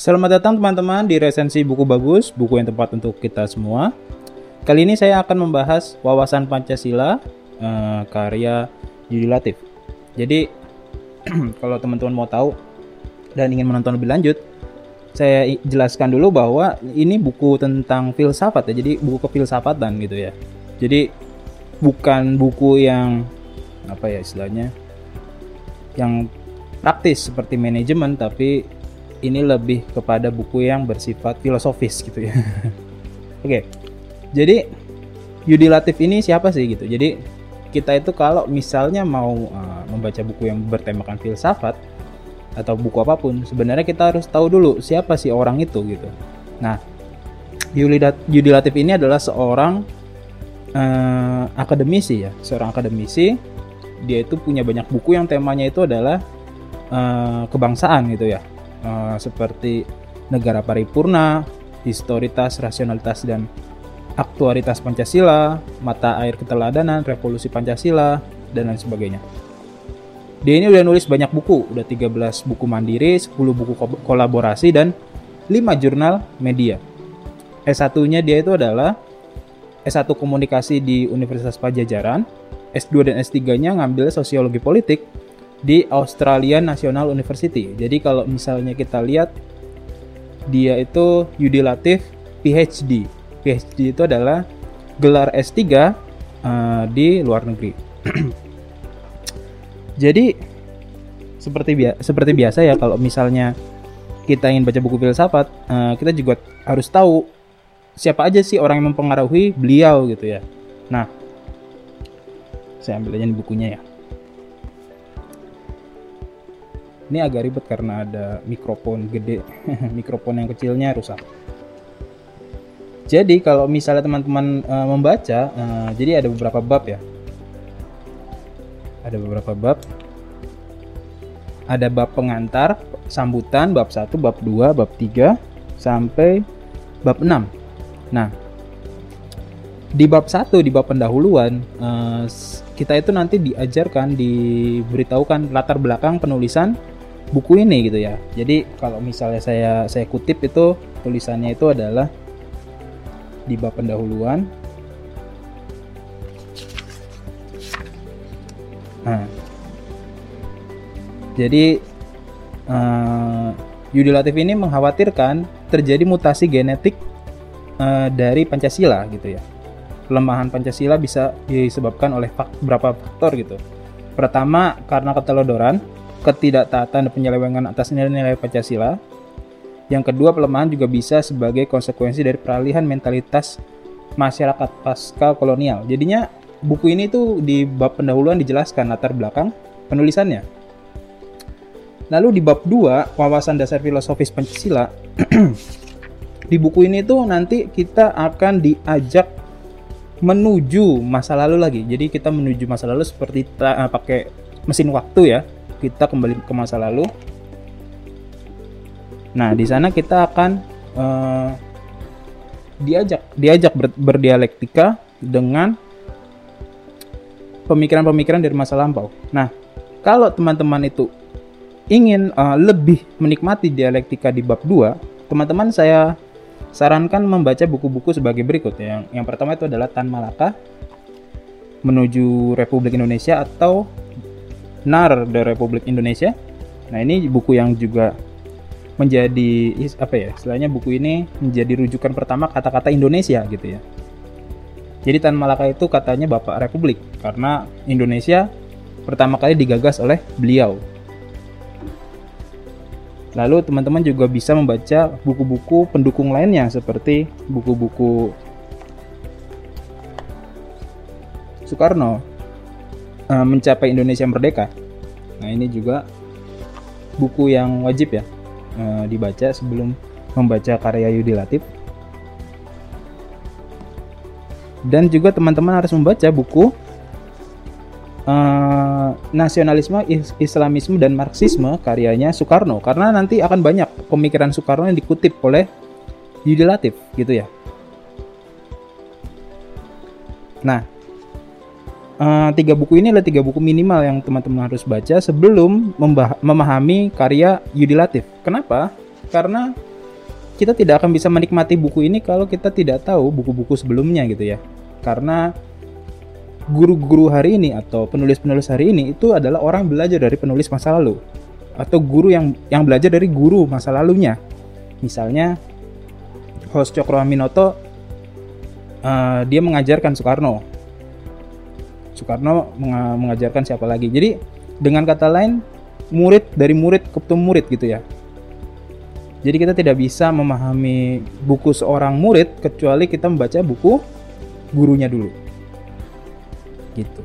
Selamat datang teman-teman di resensi buku bagus, buku yang tepat untuk kita semua. Kali ini saya akan membahas Wawasan Pancasila, karya Yudi Latif. Jadi, kalau teman-teman mau tahu dan ingin menonton lebih lanjut, saya jelaskan dulu bahwa ini buku tentang filsafat ya, jadi buku kefilsafatan gitu ya. Jadi, bukan buku yang, istilahnya, yang praktis seperti manajemen, tapi ini lebih kepada buku yang bersifat filosofis gitu ya. Oke. Jadi Yudi Latif ini siapa sih gitu. Jadi kita itu kalau misalnya mau membaca buku yang bertemakan filsafat atau buku apapun, sebenarnya kita harus tahu dulu siapa sih orang itu gitu. Nah, Yudi Latif ini adalah seorang akademisi ya, seorang akademisi. Dia itu punya banyak buku yang temanya itu adalah kebangsaan gitu ya. Seperti Negara Paripurna, Historitas, Rasionalitas, dan Aktuaritas Pancasila, Mata Air Keteladanan, Revolusi Pancasila, dan lain sebagainya. Dia ini udah nulis banyak buku, udah 13 buku mandiri, 10 buku kolaborasi, dan 5 jurnal media. S1-nya dia itu adalah S1 Komunikasi di Universitas Padjadjaran, S2 dan S3-nya ngambil Sosiologi Politik di Australian National University. Jadi kalau misalnya kita lihat, dia itu Yudi Latif PhD. PhD itu adalah gelar S3 di luar negeri. Jadi seperti biasa ya, kalau misalnya kita ingin baca buku filsafat, kita juga harus tahu siapa aja sih orang yang mempengaruhi beliau gitu ya. Nah, saya ambil aja nih bukunya ya. Ini agak ribet karena ada mikrofon gede, mikrofon yang kecilnya rusak. Jadi kalau misalnya teman-teman membaca, jadi ada beberapa bab ya. Ada beberapa bab. Ada bab pengantar, sambutan, bab 1, bab 2, bab 3, sampai bab 6. Nah, di bab 1, di bab pendahuluan, kita itu nanti diajarkan, diberitahukan latar belakang penulisan buku ini gitu ya. Jadi kalau misalnya saya kutip itu, tulisannya itu adalah di bab pendahuluan. Nah, jadi Yudi Latif ini mengkhawatirkan terjadi mutasi genetik dari Pancasila gitu ya. Pelemahan Pancasila bisa disebabkan oleh beberapa faktor gitu. Pertama, karena ketelodoran, ketidaktaatan dan penyelewengan atas nilai-nilai Pancasila. Yang kedua, pelemahan juga bisa sebagai konsekuensi dari peralihan mentalitas masyarakat pasca kolonial. Jadinya buku ini tuh di bab pendahuluan dijelaskan latar belakang penulisannya. Lalu di bab 2, wawasan dasar filosofis Pancasila, di buku ini tuh nanti kita akan diajak menuju masa lalu lagi. Jadi kita menuju masa lalu seperti pakai mesin waktu ya. Kita kembali ke masa lalu. Nah, di sana kita akan diajak berdialektika dengan pemikiran-pemikiran dari masa lampau. Nah, kalau teman-teman itu ingin lebih menikmati dialektika di bab 2, teman-teman saya sarankan membaca buku-buku sebagai berikut ya. Yang pertama itu adalah Tan Malaka Menuju Republik Indonesia atau NAR The Republik Indonesia. Nah, ini buku yang juga menjadi istilahnya buku ini menjadi rujukan pertama kata-kata Indonesia gitu ya. Jadi Tan Malaka itu katanya Bapak Republik karena Indonesia pertama kali digagas oleh beliau. Lalu teman-teman juga bisa membaca buku-buku pendukung lainnya seperti buku-buku Soekarno, Mencapai Indonesia Merdeka. Nah, ini juga buku yang wajib ya dibaca sebelum membaca karya Yudi Latif. Dan juga teman-teman harus membaca buku Nasionalisme, Islamisme, dan Marxisme karyanya Soekarno, karena nanti akan banyak pemikiran Soekarno yang dikutip oleh Yudi Latif gitu ya. Nah, 3 buku ini adalah 3 buku minimal yang teman-teman harus baca sebelum memahami karya Yudi Latif. Kenapa? Karena kita tidak akan bisa menikmati buku ini kalau kita tidak tahu buku-buku sebelumnya gitu ya. Karena guru-guru hari ini atau penulis-penulis hari ini itu adalah orang belajar dari penulis masa lalu, atau guru yang belajar dari guru masa lalunya. Misalnya Hos Cokroaminoto, dia mengajarkan Soekarno mengajarkan siapa lagi. Jadi dengan kata lain, murid dari murid ketemu murid gitu ya. Jadi kita tidak bisa memahami buku seorang murid kecuali kita membaca buku gurunya dulu. Gitu.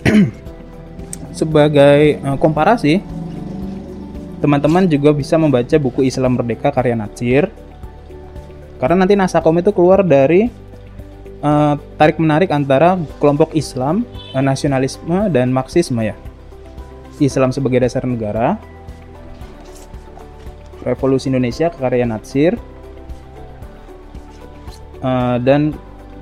Sebagai komparasi, teman-teman juga bisa membaca buku Islam Merdeka karya Natsir. Karena nanti Nasakom itu keluar dari tarik-menarik antara kelompok Islam, nasionalisme, dan Marxisme ya. Islam sebagai dasar negara, Revolusi Indonesia karya Natsir, dan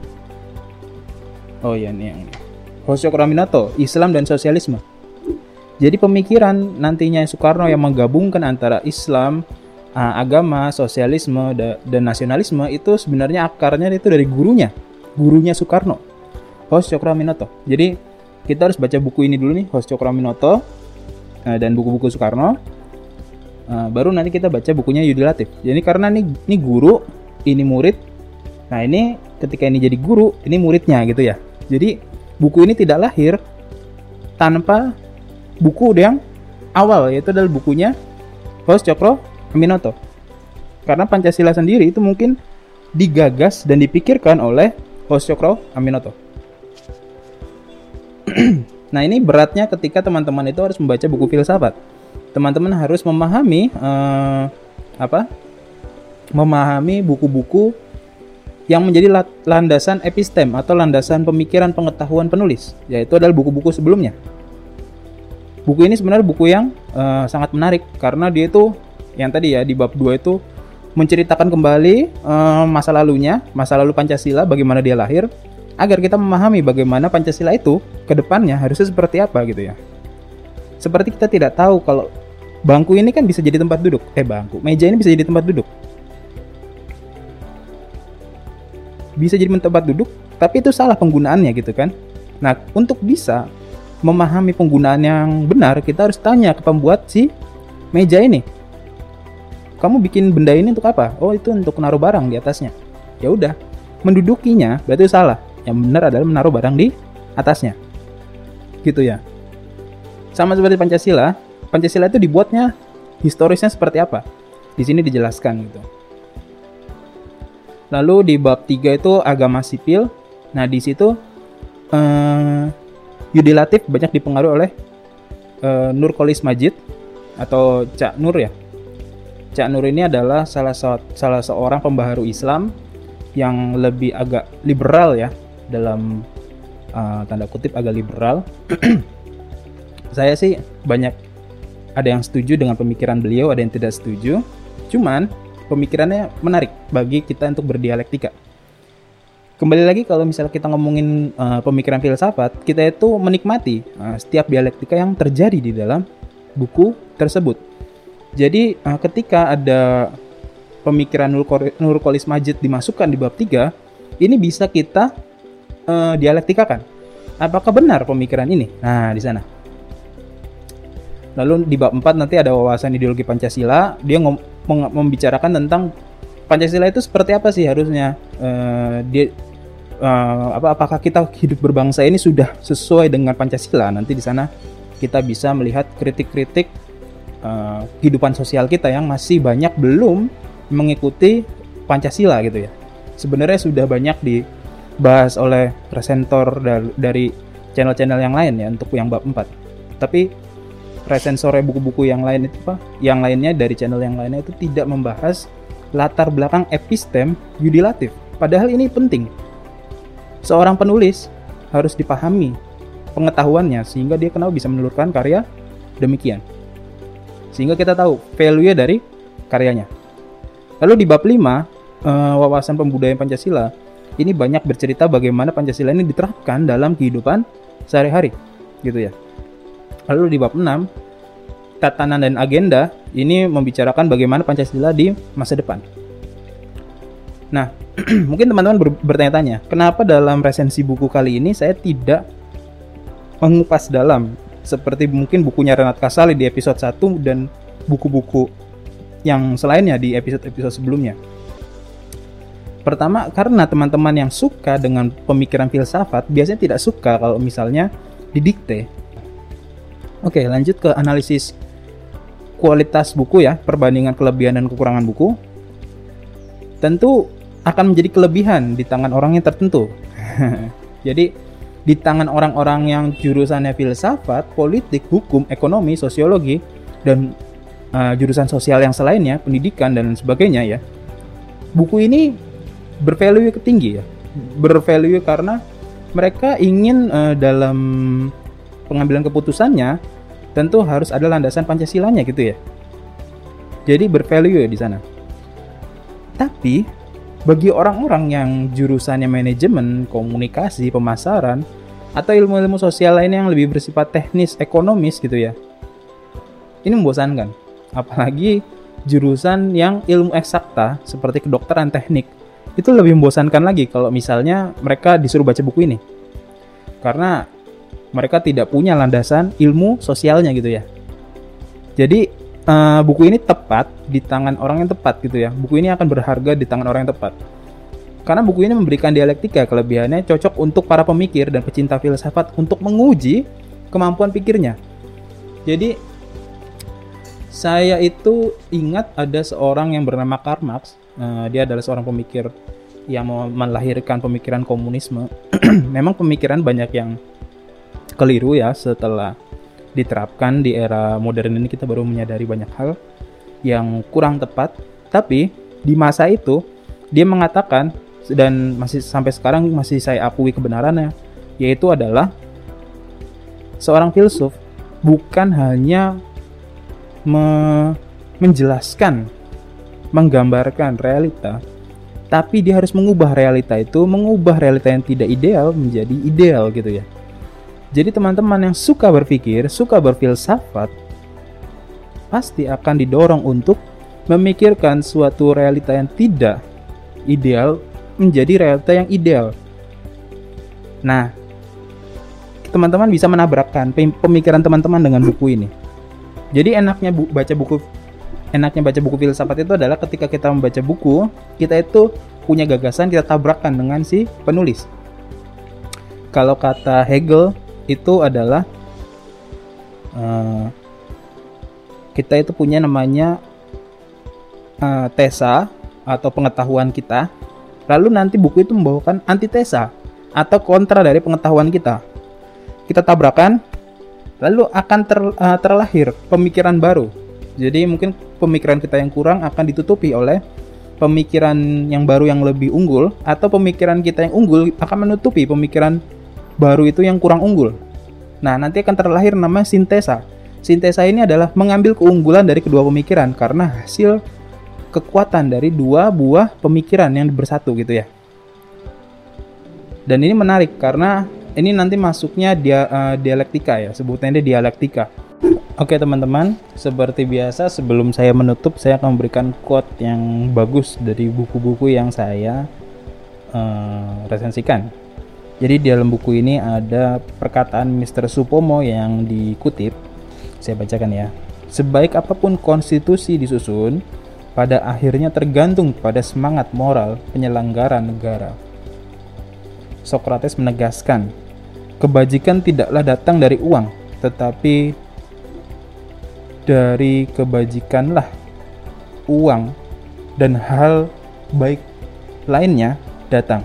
ini yang Hos Cokroaminoto, Islam dan Sosialisme. Jadi pemikiran nantinya Soekarno yang menggabungkan antara Islam, agama, sosialisme, dan nasionalisme itu sebenarnya akarnya itu dari gurunya Soekarno, Hos Cokroaminoto. Jadi kita harus baca buku ini dulu nih, Hos Cokroaminoto dan buku-buku Soekarno. Baru nanti kita baca bukunya Yudi Latif. Jadi karena ini guru, ini murid. Nah ini ketika ini jadi guru, ini muridnya gitu ya. Jadi buku ini tidak lahir tanpa buku yang awal, yaitu adalah bukunya Hos Cokroaminoto. Karena Pancasila sendiri itu mungkin digagas dan dipikirkan oleh Hos Cokroaminoto. Nah ini beratnya ketika teman-teman itu harus membaca buku filsafat. Teman-teman harus memahami memahami buku-buku yang menjadi landasan epistem atau landasan pemikiran pengetahuan penulis, yaitu adalah buku-buku sebelumnya. Buku ini sebenarnya buku yang sangat menarik karena dia itu yang tadi ya di bab 2 itu menceritakan kembali masa lalu Pancasila, bagaimana dia lahir, agar kita memahami bagaimana Pancasila itu ke depannya harusnya seperti apa gitu ya. Seperti kita tidak tahu kalau bangku ini kan bisa jadi tempat duduk. Meja ini bisa jadi tempat duduk. Bisa jadi tempat duduk, tapi itu salah penggunaannya gitu kan. Nah, untuk bisa memahami penggunaan yang benar, kita harus tanya ke pembuat si meja ini. Kamu bikin benda ini untuk apa? Oh, itu untuk menaruh barang di atasnya. Ya udah, mendudukinya berarti salah. Yang benar adalah menaruh barang di atasnya. Gitu ya. Sama seperti Pancasila. Pancasila itu dibuatnya historisnya seperti apa? Di sini dijelaskan gitu. Lalu di bab 3 itu agama sipil. Nah, di situ Yudi Latif banyak dipengaruhi oleh Nurkolis Majid atau Cak Nur ya. Cak Nur ini adalah salah seorang pembaharu Islam yang lebih agak liberal ya, dalam tanda kutip agak liberal. Saya sih banyak ada yang setuju dengan pemikiran beliau, ada yang tidak setuju. Cuman pemikirannya menarik bagi kita untuk berdialektika. Kembali lagi kalau misalnya kita ngomongin pemikiran filsafat, kita itu menikmati setiap dialektika yang terjadi di dalam buku tersebut. Jadi ketika ada pemikiran Nurkolis Majid dimasukkan di bab 3, ini bisa kita dialektikakan. Apakah benar pemikiran ini? Nah, di sana. Lalu di bab 4 nanti ada wawasan ideologi Pancasila. Dia membicarakan tentang Pancasila itu seperti apa sih harusnya. Apakah kita hidup berbangsa ini sudah sesuai dengan Pancasila? Nanti di sana kita bisa melihat kritik-kritik kehidupan sosial kita yang masih banyak belum mengikuti Pancasila gitu ya. Sebenarnya sudah banyak dibahas oleh presenter dari channel-channel yang lain ya untuk yang bab 4. Tapi resensornya buku-buku yang lain itu yang lainnya dari channel yang lainnya itu tidak membahas latar belakang epistem Yudi Latif. Padahal ini penting. Seorang penulis harus dipahami pengetahuannya sehingga dia kenapa bisa menelurkan karya demikian. Sehingga kita tahu value dari karyanya. Lalu di bab 5, wawasan pembudayaan Pancasila, ini banyak bercerita bagaimana Pancasila ini diterapkan dalam kehidupan sehari-hari, gitu ya. Lalu di bab 6, tatanan dan agenda, ini membicarakan bagaimana Pancasila di masa depan. Nah, mungkin teman-teman bertanya-tanya, kenapa dalam resensi buku kali ini saya tidak mengupas dalam seperti mungkin bukunya Renat Kasali di episode 1 dan buku-buku yang selainnya di episode-episode sebelumnya. Pertama, karena teman-teman yang suka dengan pemikiran filsafat biasanya tidak suka kalau misalnya didikte. Oke, lanjut ke analisis kualitas buku ya, perbandingan kelebihan dan kekurangan buku. Tentu akan menjadi kelebihan di tangan orang yang tertentu. Jadi di tangan orang-orang yang jurusannya filsafat, politik, hukum, ekonomi, sosiologi, dan jurusan sosial yang selainnya, pendidikan dan sebagainya ya. Buku ini bervalue tinggi ya. Bervalue karena mereka ingin dalam pengambilan keputusannya tentu harus ada landasan Pancasilanya gitu ya. Jadi bervalue di sana. Tapi bagi orang-orang yang jurusannya manajemen, komunikasi, pemasaran, atau ilmu-ilmu sosial lainnya yang lebih bersifat teknis, ekonomis gitu ya, ini membosankan. Apalagi jurusan yang ilmu eksakta seperti kedokteran, teknik, itu lebih membosankan lagi kalau misalnya mereka disuruh baca buku ini. Karena mereka tidak punya landasan ilmu sosialnya gitu ya. Jadi buku ini tepat di tangan orang yang tepat gitu ya. Buku ini akan berharga di tangan orang yang tepat. Karena buku ini memberikan dialektika, kelebihannya cocok untuk para pemikir dan pecinta filsafat untuk menguji kemampuan pikirnya. Jadi saya itu ingat ada seorang yang bernama Karl Marx. Dia adalah seorang pemikir yang melahirkan pemikiran komunisme. Memang pemikiran banyak yang keliru ya, setelah diterapkan di era modern ini kita baru menyadari banyak hal yang kurang tepat. Tapi di masa itu dia mengatakan, dan masih sampai sekarang masih saya akui kebenarannya, yaitu adalah seorang filsuf bukan hanya menjelaskan, menggambarkan realita, tapi dia harus mengubah realita yang tidak ideal menjadi ideal gitu ya. Jadi teman-teman yang suka berpikir, suka berfilsafat, pasti akan didorong untuk memikirkan suatu realita yang tidak ideal menjadi realita yang ideal. Nah, teman-teman bisa menabrakkan pemikiran teman-teman dengan buku ini. Jadi enaknya baca buku filsafat itu adalah ketika kita membaca buku, kita itu punya gagasan, kita tabrakkan dengan si penulis. Kalau kata Hegel itu adalah kita itu punya namanya tesa atau pengetahuan kita, lalu nanti buku itu membawakan antitesa atau kontra dari pengetahuan kita. Kita tabrakan, lalu akan terlahir pemikiran baru. Jadi mungkin pemikiran kita yang kurang akan ditutupi oleh pemikiran yang baru yang lebih unggul, atau pemikiran kita yang unggul akan menutupi pemikiran baru itu yang kurang unggul. Nah, nanti akan terlahir namanya sintesa. Sintesa ini adalah mengambil keunggulan dari kedua pemikiran karena hasil kekuatan dari dua buah pemikiran yang bersatu gitu ya. Dan ini menarik karena ini nanti masuknya dialektika ya, sebutannya dialektika. Oke teman-teman, seperti biasa sebelum saya menutup, saya akan memberikan quote yang bagus dari buku-buku yang saya resensikan. Jadi di dalam buku ini ada perkataan Mr. Supomo yang dikutip. Saya bacakan ya. Sebaik apapun konstitusi disusun, pada akhirnya tergantung pada semangat moral penyelenggara negara. Sokrates menegaskan, kebajikan tidaklah datang dari uang, tetapi dari kebajikanlah uang dan hal baik lainnya datang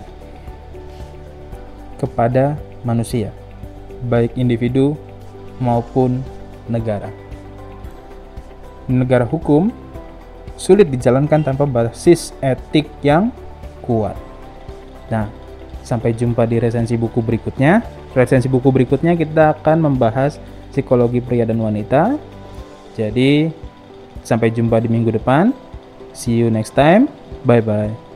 kepada manusia, baik individu maupun negara. Negara hukum sulit dijalankan tanpa basis etik yang kuat. Nah, sampai jumpa di resensi buku berikutnya. Resensi buku berikutnya kita akan membahas psikologi pria dan wanita. Jadi, sampai jumpa di minggu depan. See you next time. Bye-bye.